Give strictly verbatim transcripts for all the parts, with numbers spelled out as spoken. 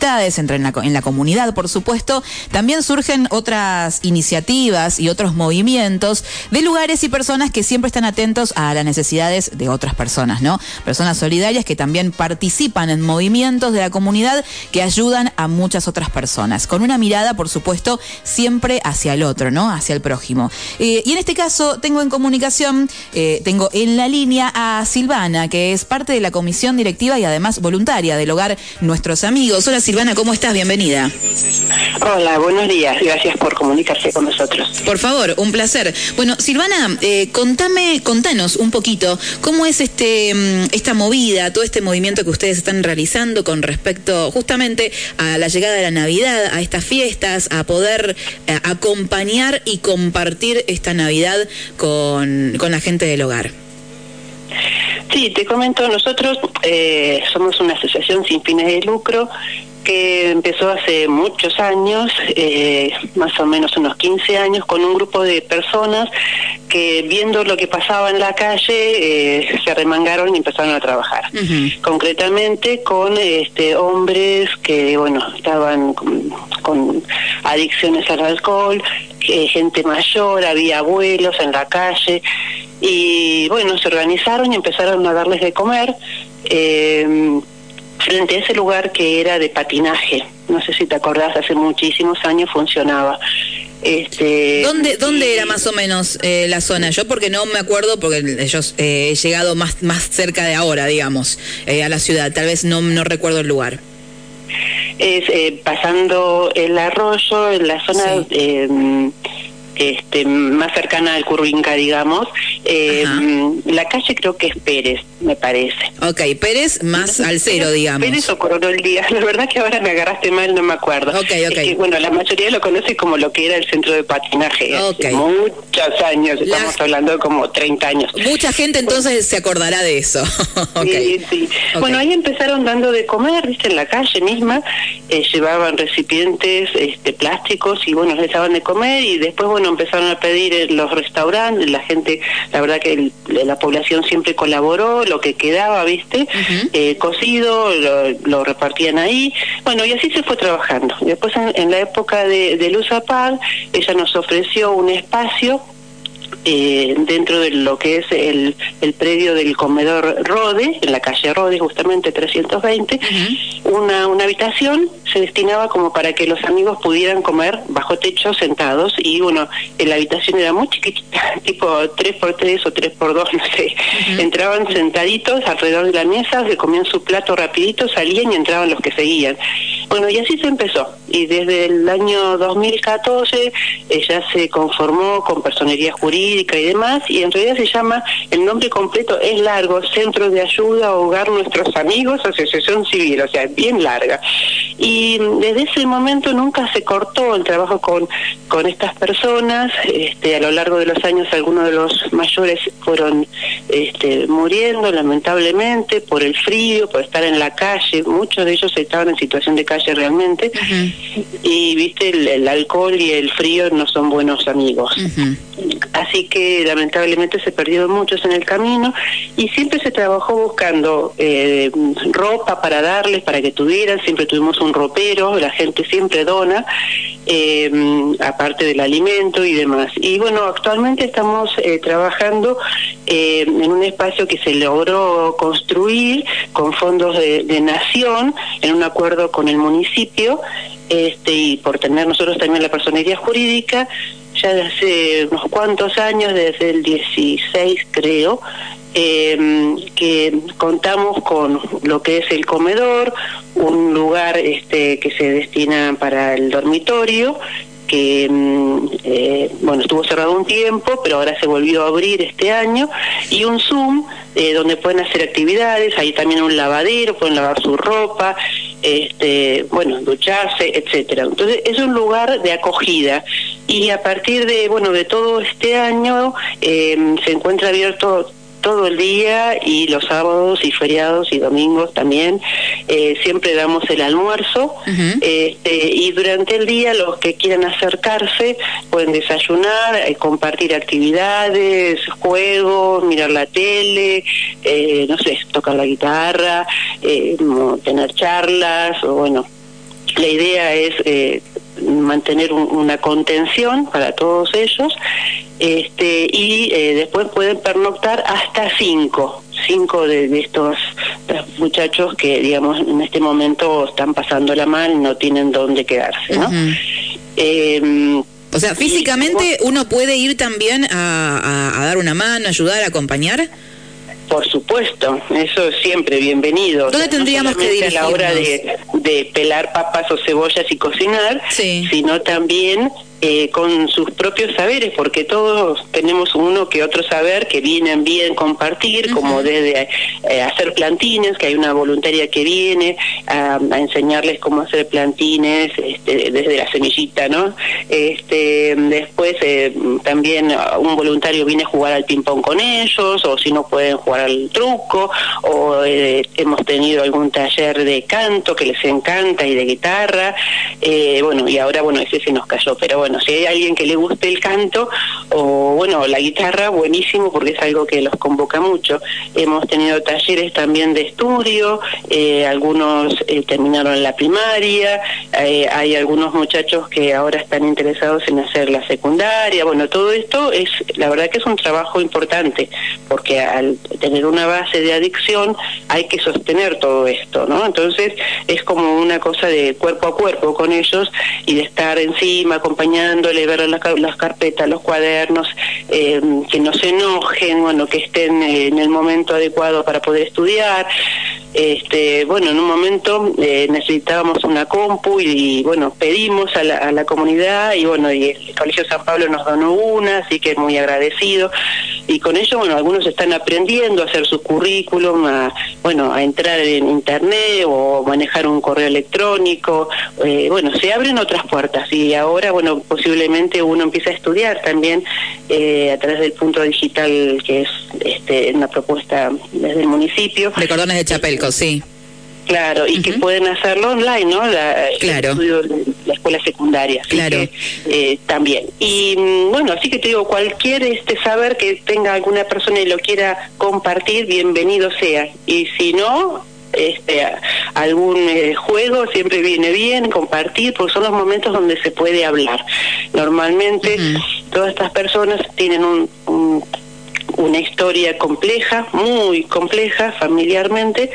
amistades, entre en la, en la comunidad, por supuesto, también surgen otras iniciativas y otros movimientos de lugares y personas que siempre están atentos a las necesidades de otras personas, ¿no? Personas solidarias que también participan en movimientos de la comunidad que ayudan a muchas otras personas, con una mirada, por supuesto, siempre hacia el otro, ¿no? Hacia el prójimo. Eh, y en este caso tengo en comunicación, eh, tengo en la línea a Silvana, que es parte de la comisión directiva y además voluntaria del hogar Nuestros Amigos. Hola Silvana, ¿cómo estás? Bienvenida. Hola, buenos días. Gracias por comunicarse con nosotros. Por favor, un placer. Bueno, Silvana, eh, contame, contanos un poquito cómo es este esta movida, todo este movimiento que ustedes están realizando con respecto justamente a la llegada de la Navidad, a estas fiestas, a poder eh, acompañar y compartir esta Navidad con, con la gente del hogar. Sí, te comento, nosotros eh, somos una asociación sin fines de lucro que empezó hace muchos años, eh, más o menos unos quince años, con un grupo de personas que viendo lo que pasaba en la calle eh, se arremangaron y empezaron a trabajar. Uh-huh. Concretamente con este hombres que, bueno, estaban con, con adicciones al alcohol, eh, gente mayor, había abuelos en la calle, y bueno, se organizaron y empezaron a darles de comer eh, frente a ese lugar que era de patinaje. No sé si te acordás, hace muchísimos años funcionaba. Este, ¿Dónde dónde era más o menos eh, la zona? Yo porque no me acuerdo, porque yo eh, he llegado más más cerca de ahora, digamos, eh, a la ciudad. Tal vez no no recuerdo el lugar. Es eh, pasando el arroyo, en la zona... Sí. Eh, Este, más cercana al Currinca, digamos. Eh, la calle creo que es Pérez, me parece. Ok, Pérez más al cero, digamos. Pérez o Coronel Díaz, la verdad que ahora me agarraste mal, no me acuerdo. Ok, ok. Es que, bueno, la mayoría lo conoce como lo que era el centro de patinaje. Okay. Hace muchos años, la... estamos hablando de como treinta años. Mucha gente entonces bueno, se acordará de eso. Okay. Sí, sí. Okay. Bueno, ahí empezaron dando de comer, viste, en la calle misma, eh, llevaban recipientes este, plásticos y bueno, les daban de comer y después, bueno, empezaron a pedir en los restaurantes, la gente, la verdad que el, la población siempre colaboró, lo que quedaba, viste, uh-huh. eh, cocido, lo, lo repartían ahí, bueno, y así se fue trabajando. Después en, en la época de, de Luz Apag, ella nos ofreció un espacio Eh, dentro de lo que es el, el predio del comedor Rode, en la calle Rode, justamente trescientos veinte, uh-huh. una, una habitación se destinaba como para que los amigos pudieran comer bajo techo sentados, y bueno, la habitación era muy chiquitita, tipo tres por tres o tres por dos, no sé, uh-huh. entraban sentaditos alrededor de la mesa, se comían su plato rapidito, salían y entraban los que seguían. Bueno, y así se empezó, y desde el año dos mil catorce ella se conformó con personería jurídica y demás, y en realidad se llama, el nombre completo es largo, Centro de Ayuda Hogar Nuestros Amigos, Asociación Civil, o sea, es bien larga. Y desde ese momento nunca se cortó el trabajo con, con estas personas. Este, a lo largo de los años algunos de los mayores fueron este, muriendo lamentablemente por el frío, por estar en la calle, muchos de ellos estaban en situación de calle realmente, uh-huh. y viste, el, el alcohol y el frío no son buenos amigos. Uh-huh. Así que lamentablemente se perdieron muchos en el camino, y siempre se trabajó buscando eh, ropa para darles, para que tuvieran, siempre tuvimos un ropero, la gente siempre dona, eh, aparte del alimento y demás. Y bueno, actualmente estamos eh, trabajando eh, en un espacio que se logró construir con fondos de, de Nación, en un acuerdo con el municipio, este, y por tener nosotros también la personería jurídica, ya desde hace unos cuantos años, desde el dieciséis creo, eh, que contamos con lo que es el comedor, un lugar este que se destina para el dormitorio, que eh, bueno, estuvo cerrado un tiempo, pero ahora se volvió a abrir este año, y un Zoom eh, donde pueden hacer actividades, hay también un lavadero, pueden lavar su ropa, este, bueno, ducharse, etcétera. Entonces es un lugar de acogida, y a partir de, bueno, de todo este año eh, se encuentra abierto todo el día, y los sábados y feriados y domingos también, eh, siempre damos el almuerzo, uh-huh. este, y durante el día los que quieran acercarse pueden desayunar, eh, compartir actividades, juegos, mirar la tele, eh, no sé, tocar la guitarra, eh, tener charlas, o bueno, la idea es eh, mantener un, una contención para todos ellos, este, y eh, después pueden pernoctar hasta cinco, cinco de, de estos muchachos que, digamos, en este momento están pasándola mal, no tienen dónde quedarse, ¿no? Uh-huh. eh, o sea, físicamente uno puede ir también a, a, a dar una mano, ayudar, acompañar. Por supuesto, eso es siempre bienvenido. ¿Dónde o sea, tendríamos no que dirigirnos? A la hora de, de pelar papas o cebollas y cocinar, sí. Sino también eh, con sus propios saberes, porque todos tenemos uno que otro saber que vienen bien compartir, uh-huh. Como desde eh, hacer plantines, que hay una voluntaria que viene a, a enseñarles cómo hacer plantines este, desde la semillita, ¿no? Este, después eh, también un voluntario viene a jugar al ping-pong con ellos, o si no pueden jugar al truco, o eh, hemos tenido algún taller de canto que les encanta y de guitarra, eh, bueno, y ahora, bueno, ese se nos cayó, pero bueno, si hay alguien que le guste el canto o, bueno, la guitarra, buenísimo, porque es algo que los convoca mucho. Hemos tenido talleres también de estudio, eh, algunos eh, terminaron la primaria, eh, hay algunos muchachos que ahora están interesados en hacer la secundaria, bueno, todo esto es, la verdad que es un trabajo importante, porque al tener una base de adicción hay que sostener todo esto, ¿no? Entonces es como una cosa de cuerpo a cuerpo con ellos y de estar encima, acompañándole, ver las, las carpetas, los cuadernos, eh, que no se enojen, bueno, que estén eh, en el momento adecuado para poder estudiar. Este, bueno, en un momento eh, necesitábamos una compu y, y bueno, pedimos a la, a la comunidad y bueno, y el Colegio San Pablo nos donó una, así que muy agradecido. Y con ello, bueno, algunos están aprendiendo a hacer su currículum, a, bueno, a entrar en internet o manejar un correo electrónico, eh, bueno, se abren otras puertas y ahora, bueno, posiblemente uno empieza a estudiar también eh, a través del punto digital, que es este, una propuesta desde el municipio. De Cordones de Chapelco, sí. Claro, y uh-huh. que pueden hacerlo online, ¿no? La, claro. El estudio de la escuela secundaria. Así claro. Que, eh, también. Y bueno, así que te digo, cualquier este saber que tenga alguna persona y lo quiera compartir, bienvenido sea. Y si no, este algún eh, juego siempre viene bien compartir, porque son los momentos donde se puede hablar. Normalmente uh-huh. todas estas personas tienen un, un una historia compleja, muy compleja familiarmente,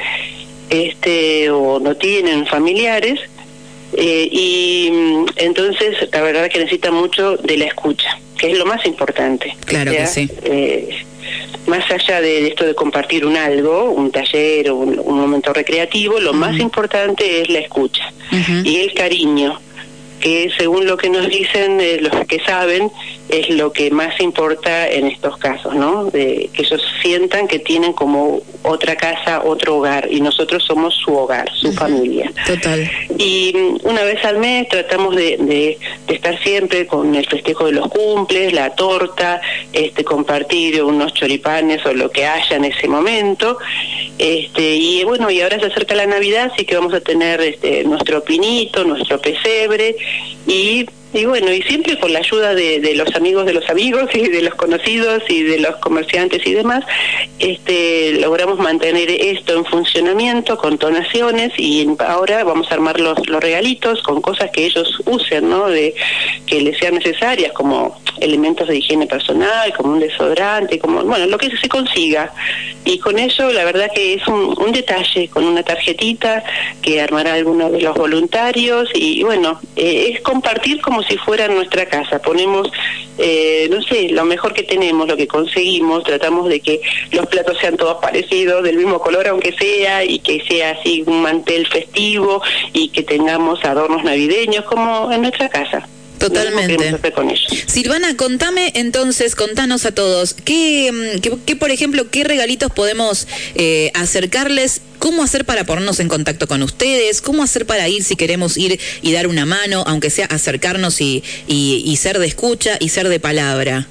este o no tienen familiares, eh, y entonces la verdad que necesitan mucho de la escucha, que es lo más importante. Claro, o sea, que sí. Eh, más allá de esto de compartir un algo, un taller o un, un momento recreativo, lo uh-huh. más importante es la escucha uh-huh. y el cariño, que según lo que nos dicen eh, los que saben, es lo que más importa en estos casos, ¿no? De que ellos sientan que tienen como otra casa, otro hogar, y nosotros somos su hogar, su uh-huh. familia. Total. Y una vez al mes tratamos de, de, de estar siempre con el festejo de los cumples, la torta, este compartir unos choripanes o lo que haya en ese momento. Este y bueno, y ahora se acerca la Navidad, así que vamos a tener este nuestro pinito, nuestro pesebre, y Y bueno, y siempre con la ayuda de, de los amigos de los amigos y de los conocidos y de los comerciantes y demás, este logramos mantener esto en funcionamiento con donaciones, y ahora vamos a armar los, los regalitos con cosas que ellos usen, ¿no? De que les sean necesarias, como elementos de higiene personal, como un desodorante, como bueno, lo que se consiga. Y con eso la verdad que es un, un detalle, con una tarjetita que armará alguno de los voluntarios, y bueno, eh, es compartir como si fuera nuestra casa. Ponemos, eh, no sé, lo mejor que tenemos, lo que conseguimos, tratamos de que los platos sean todos parecidos, del mismo color aunque sea, y que sea así un mantel festivo, y que tengamos adornos navideños como en nuestra casa. Totalmente. Silvana, contame entonces, contanos a todos, ¿qué, qué, qué por ejemplo, qué regalitos podemos eh, acercarles? ¿Cómo hacer para ponernos en contacto con ustedes? ¿Cómo hacer para ir si queremos ir y dar una mano, aunque sea acercarnos y, y, y ser de escucha y ser de palabra?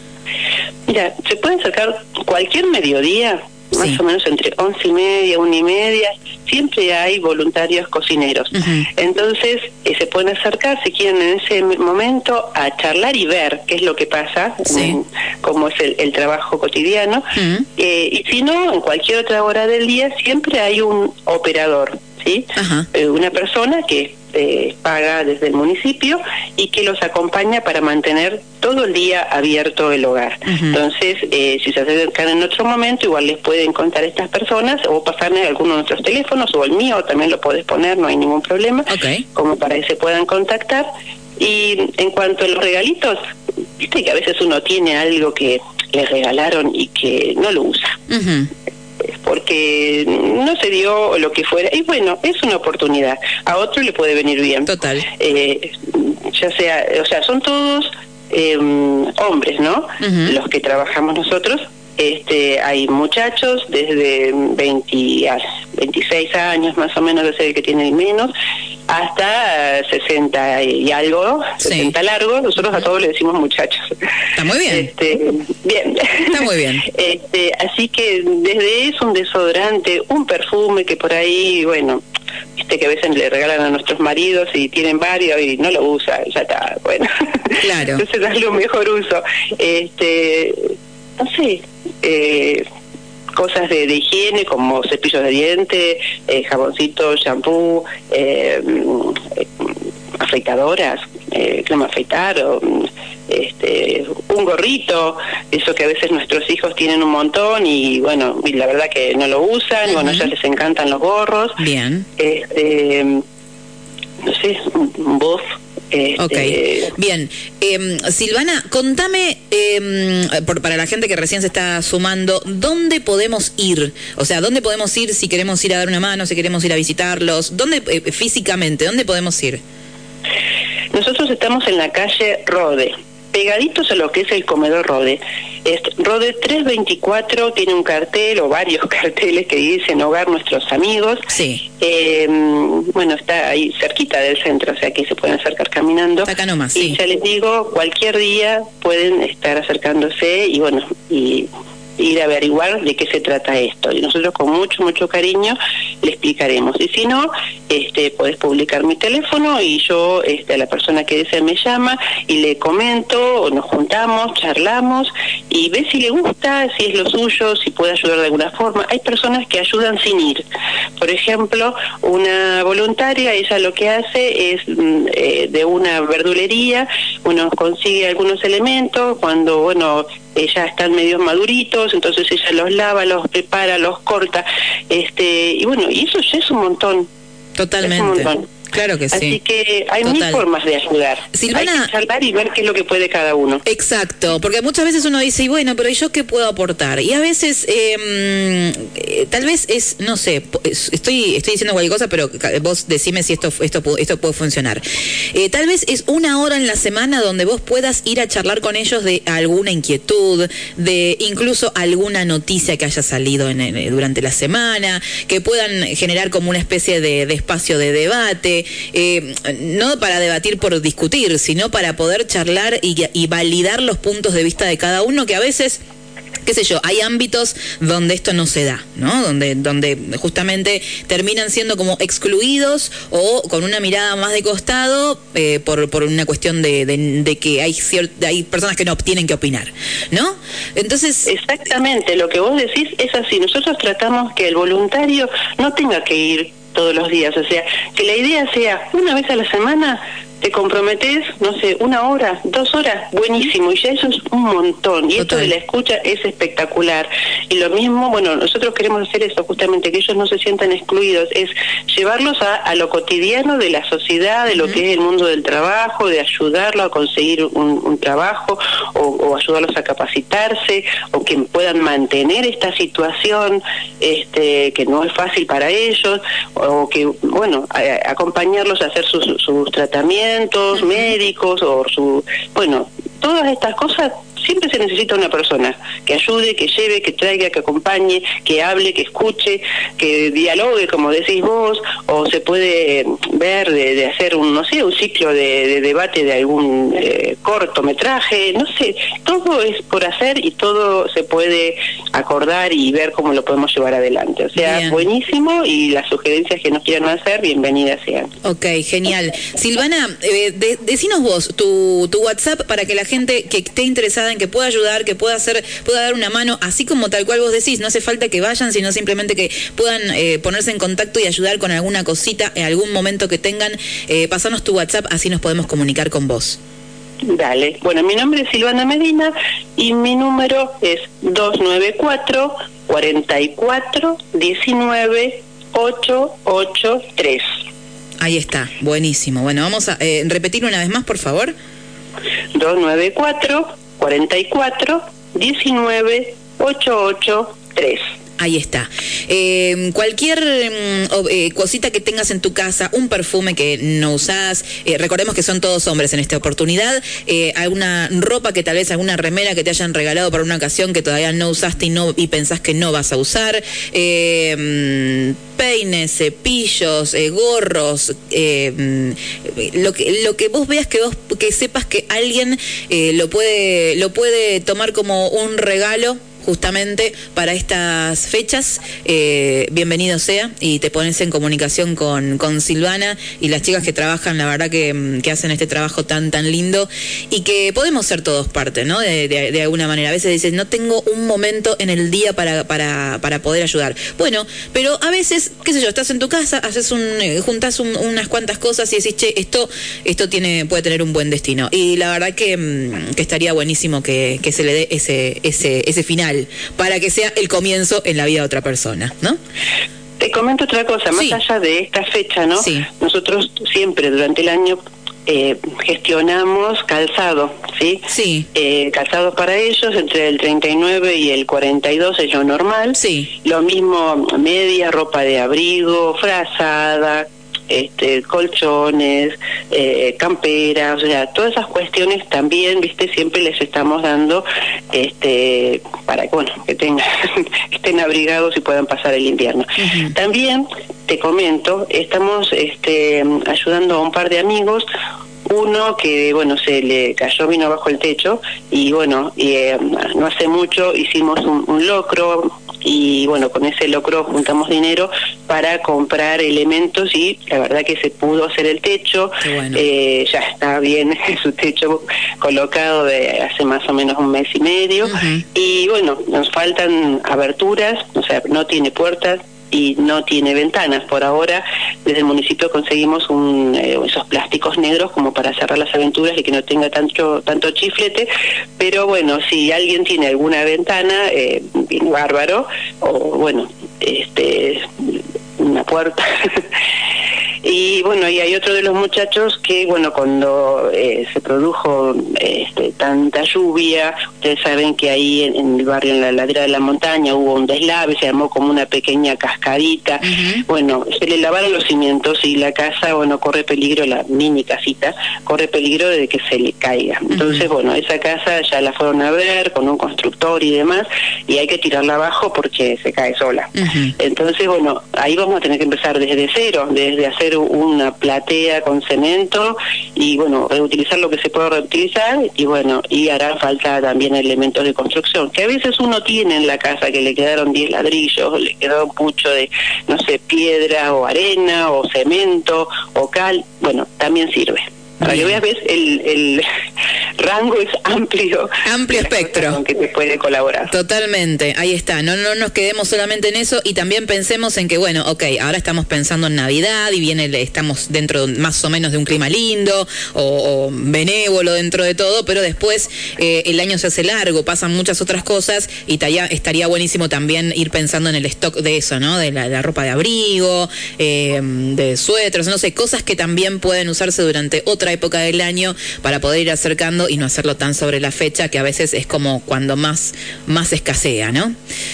Mira, se pueden acercar cualquier mediodía, más sí. o menos entre once y media, una y media, siempre hay voluntarios cocineros. Uh-huh. Entonces, eh, se pueden acercar, si quieren, en ese momento a charlar y ver qué es lo que pasa, sí. en, cómo es el, el trabajo cotidiano. Uh-huh. Eh, y si no, en cualquier otra hora del día, siempre hay un operador, ¿sí? Uh-huh. Eh, una persona que eh, paga desde el municipio y que los acompaña para mantener todo el día abierto el hogar. Uh-huh. Entonces, eh, si se acercan en otro momento, igual les pueden contar a estas personas o pasarle alguno de nuestros teléfonos o el mío, también lo podés poner, no hay ningún problema, okay. como para que se puedan contactar. Y en cuanto a los regalitos, viste que a veces uno tiene algo que le regalaron y que no lo usa. Uh-huh. Porque no se dio lo que fuera, y bueno, es una oportunidad, a otro le puede venir bien. Total. Eh, ya sea, o sea, son todos eh, hombres, ¿no? Uh-huh. Los que trabajamos nosotros. Este, hay muchachos desde veinte a veintiséis años más o menos, es el que tiene menos, hasta sesenta y algo, sí. sesenta largos. Nosotros a todos le decimos muchachos. Está muy bien. Este, bien. Está muy bien. Este, así que desde eso, un desodorante, un perfume que por ahí, bueno, viste que a veces le regalan a nuestros maridos y tienen varios y no lo usan, ya está, bueno. Claro. Entonces darle un mejor uso. Este, no sé, eh, cosas de, de higiene como cepillos de dientes, eh, jaboncitos, shampoo, eh, afeitadoras, eh, crema afeitar, o, este, un gorrito, eso que a veces nuestros hijos tienen un montón y bueno, y la verdad que no lo usan, uh-huh. Bueno, a ellos les encantan los gorros. Bien. Este, no sé, un buff. Este... Ok, bien. Eh, Silvana, contame, eh, por, para la gente que recién se está sumando, ¿dónde podemos ir? O sea, ¿dónde podemos ir si queremos ir a dar una mano, si queremos ir a visitarlos? ¿Dónde eh, físicamente, dónde podemos ir? Nosotros estamos en la calle Rode, pegaditos a lo que es el comedor Rode. Es Rode trescientos veinticuatro, tiene un cartel o varios carteles que dicen Hogar Nuestros Amigos. Sí. Eh, bueno, está ahí cerquita del centro, o sea que se pueden acercar caminando. Está acá nomás, y sí. ya les digo, cualquier día pueden estar acercándose y bueno, y ir a averiguar de qué se trata esto. Y nosotros con mucho, mucho cariño le explicaremos. Y si no, este, podés publicar mi teléfono y yo, este, a la persona que desea me llama y le comento, o nos juntamos, charlamos y ve si le gusta, si es lo suyo, si puede ayudar de alguna forma. Hay personas que ayudan sin ir. Por ejemplo, una voluntaria, ella lo que hace es eh, de una verdulería, uno consigue algunos elementos, cuando, bueno, ya están medio maduritos, entonces ella los lava, los prepara, los corta, este y bueno, y eso ya es un montón. Totalmente. Es un montón. Claro que sí. Así que hay Total. mil formas de ayudar. Silvana, hay que charlar y ver qué es lo que puede cada uno. Exacto, porque muchas veces uno dice, y bueno, pero ¿yo qué puedo aportar? Y a veces, eh, eh, tal vez es, no sé, estoy estoy diciendo cualquier cosa, pero vos decime si esto esto esto puede funcionar. Eh, tal vez es una hora en la semana donde vos puedas ir a charlar con ellos de alguna inquietud, de incluso alguna noticia que haya salido en, en, durante la semana, que puedan generar como una especie de, de espacio de debate. Eh, no para debatir por discutir, sino para poder charlar y, y validar los puntos de vista de cada uno, que a veces, qué sé yo, hay ámbitos donde esto no se da, ¿no? Donde, donde justamente terminan siendo como excluidos o con una mirada más de costado eh, por, por una cuestión de, de, de que hay, cier- hay personas que no tienen que opinar, ¿no? Entonces... Exactamente, lo que vos decís es así. Nosotros tratamos que el voluntario no tenga que ir todos los días, o sea, que la idea sea una vez a la semana te comprometés, no sé, una hora, dos horas, buenísimo, y ya eso es un montón, y Total. Esto de la escucha es espectacular. Y lo mismo, bueno, nosotros queremos hacer eso, justamente, que ellos no se sientan excluidos, es llevarlos a, a lo cotidiano de la sociedad, de lo uh-huh. que es el mundo del trabajo, de ayudarlo a conseguir un, un trabajo, o, o ayudarlos a capacitarse, o que puedan mantener esta situación, este, que no es fácil para ellos, o que, bueno, a, acompañarlos a hacer sus, sus tratamientos, Uh-huh. médicos o su bueno, todas estas cosas. Siempre se necesita una persona que ayude, que lleve, que traiga, que acompañe, que hable, que escuche, que dialogue, como decís vos, o se puede ver de, de hacer un, no sé, un ciclo de, de debate de algún eh, cortometraje, no sé, todo es por hacer y todo se puede acordar y ver cómo lo podemos llevar adelante. O sea, bien. Buenísimo, y las sugerencias que nos quieran hacer, bienvenidas sean. Ok, genial. Silvana, eh, de, decinos vos tu, tu WhatsApp para que la gente que esté interesada en que pueda ayudar, que pueda hacer, pueda dar una mano, así como tal cual vos decís, no hace falta que vayan, sino simplemente que puedan eh, ponerse en contacto y ayudar con alguna cosita en algún momento que tengan. Eh, pasarnos tu WhatsApp, así nos podemos comunicar con vos. Dale. Bueno, mi nombre es Silvana Medina y mi número es dos nueve cuatro, cuatro cuatro, uno nueve, ocho ocho tres. Ahí está, buenísimo. Bueno, vamos a eh, repetir una vez más, por favor. dos nueve cuatro, cuatro cuatro, uno nueve, ocho ocho tres. Ahí está. Eh, cualquier eh, cosita que tengas en tu casa, un perfume que no usás, eh, recordemos que son todos hombres en esta oportunidad, eh, alguna ropa que tal vez, alguna remera que te hayan regalado para una ocasión que todavía no usaste y, no, y pensás que no vas a usar, eh, peines, cepillos, eh, gorros, eh, lo que lo que vos veas, que vos que sepas que alguien eh, lo puede lo puede tomar como un regalo justamente para estas fechas, eh, bienvenido sea, y te pones en comunicación con, con Silvana y las chicas que trabajan, la verdad que, que hacen este trabajo tan tan lindo, y que podemos ser todos parte, ¿no? De, de, de alguna manera. A veces dices, no tengo un momento en el día para, para, para poder ayudar. Bueno, pero a veces, qué sé yo, estás en tu casa, haces un, juntás un, unas cuantas cosas y decís, che, esto, esto tiene, puede tener un buen destino. Y la verdad que, que estaría buenísimo que, que se le dé ese, ese, ese final, para que sea el comienzo en la vida de otra persona, ¿no? Te comento otra cosa, más sí. allá de esta fecha, ¿no? Sí. Nosotros siempre durante el año eh, gestionamos calzado, ¿sí? Sí. Eh, calzado para ellos entre el treinta y nueve y el cuarenta y dos es lo normal. Sí. Lo mismo media, ropa de abrigo, frazada, este, colchones, eh, camperas, o sea, todas esas cuestiones también, viste, siempre les estamos dando, este, para que, bueno, que tengan, estén abrigados y puedan pasar el invierno. Uh-huh. También, te comento, estamos, este, ayudando a un par de amigos. Uno que, bueno, se le cayó, vino bajo el techo, y bueno, y, eh, no hace mucho hicimos un, un locro, y bueno, con ese locro juntamos dinero para comprar elementos, y la verdad que se pudo hacer el techo. Bueno. eh, ya está bien su techo colocado de hace más o menos un mes y medio. Uh-huh. Y bueno, nos faltan aberturas, o sea, no tiene puertas y no tiene ventanas. Por ahora, desde el municipio conseguimos un, eh, esos plásticos negros como para cerrar las aberturas y que no tenga tanto tanto chiflete, pero bueno, si alguien tiene alguna ventana, eh, bien bárbaro, o bueno, este una puerta. Y bueno, y hay otro de los muchachos que, bueno, cuando eh, se produjo este, tanta lluvia, ustedes saben que ahí en, en el barrio, en la ladera de la montaña, hubo un deslave, se armó como una pequeña cascadita. Uh-huh. Bueno, se le lavaron los cimientos y la casa, bueno, corre peligro, la mini casita, corre peligro de que se le caiga. Entonces, uh-huh. bueno, esa casa ya la fueron a ver con un constructor y demás, y hay que tirarla abajo porque se cae sola. Uh-huh. Entonces, bueno, ahí vamos a tener que empezar desde cero, desde hacer una platea con cemento y bueno, reutilizar lo que se puede reutilizar, y bueno, y hará falta también elementos de construcción que a veces uno tiene en la casa, que le quedaron diez ladrillos, o le quedó un pucho de, no sé, piedra o arena o cemento o cal, bueno, también sirve. Para que veas, ves, el, el rango es amplio. Amplio espectro. Con que te puede colaborar. Totalmente, ahí está. No, no nos quedemos solamente en eso, y también pensemos en que, bueno, ok, ahora estamos pensando en Navidad y viene, estamos dentro más o menos de un clima lindo o, o benévolo dentro de todo, pero después eh, el año se hace largo, pasan muchas otras cosas, y taría, estaría buenísimo también ir pensando en el stock de eso, ¿no? De la, la ropa de abrigo, eh, de suéteres, no sé, cosas que también pueden usarse durante otra época del año para poder ir acercando y no hacerlo tan sobre la fecha, que a veces es como cuando más más escasea, ¿no?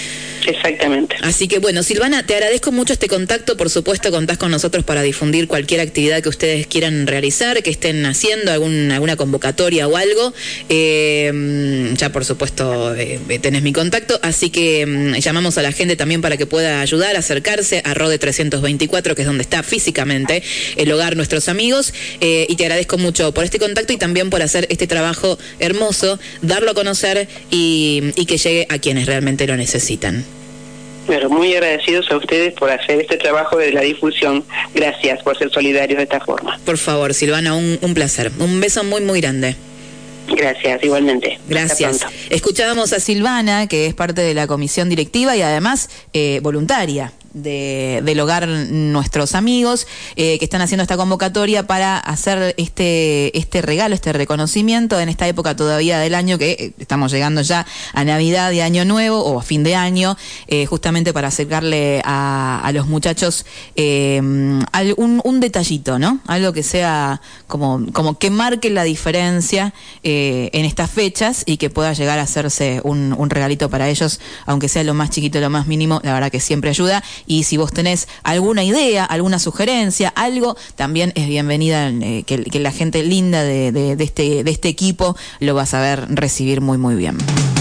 Exactamente. Así que bueno, Silvana, te agradezco mucho este contacto. Por supuesto, contás con nosotros para difundir cualquier actividad que ustedes quieran realizar, que estén haciendo, algún, alguna convocatoria o algo. Eh, ya por supuesto eh, tenés mi contacto, así que eh, llamamos a la gente también para que pueda ayudar, acercarse a Rode trescientos veinticuatro, que es donde está físicamente el hogar Nuestros Amigos. Eh, y te agradezco mucho por este contacto y también por hacer este trabajo hermoso, darlo a conocer y, y que llegue a quienes realmente lo necesitan. Pero muy agradecidos a ustedes por hacer este trabajo de la difusión. Gracias por ser solidarios de esta forma. Por favor, Silvana, un, un placer. Un beso muy, muy grande. Gracias, igualmente. Gracias. Escuchábamos a Silvana, que es parte de la comisión directiva y además eh, voluntaria de, del hogar Nuestros Amigos, eh, que están haciendo esta convocatoria para hacer este este regalo, este reconocimiento en esta época todavía del año, que eh, estamos llegando ya a Navidad y Año Nuevo o a fin de año, eh, justamente para acercarle a, a los muchachos eh, un, un detallito, ¿no? Algo que sea como, como que marque la diferencia eh, en estas fechas y que pueda llegar a hacerse un, un regalito para ellos, aunque sea lo más chiquito, lo más mínimo, la verdad que siempre ayuda. Y si vos tenés alguna idea, alguna sugerencia, algo, también es bienvenida, eh, que, que la gente linda de, de, de, este, de este equipo lo va a saber recibir muy, muy bien.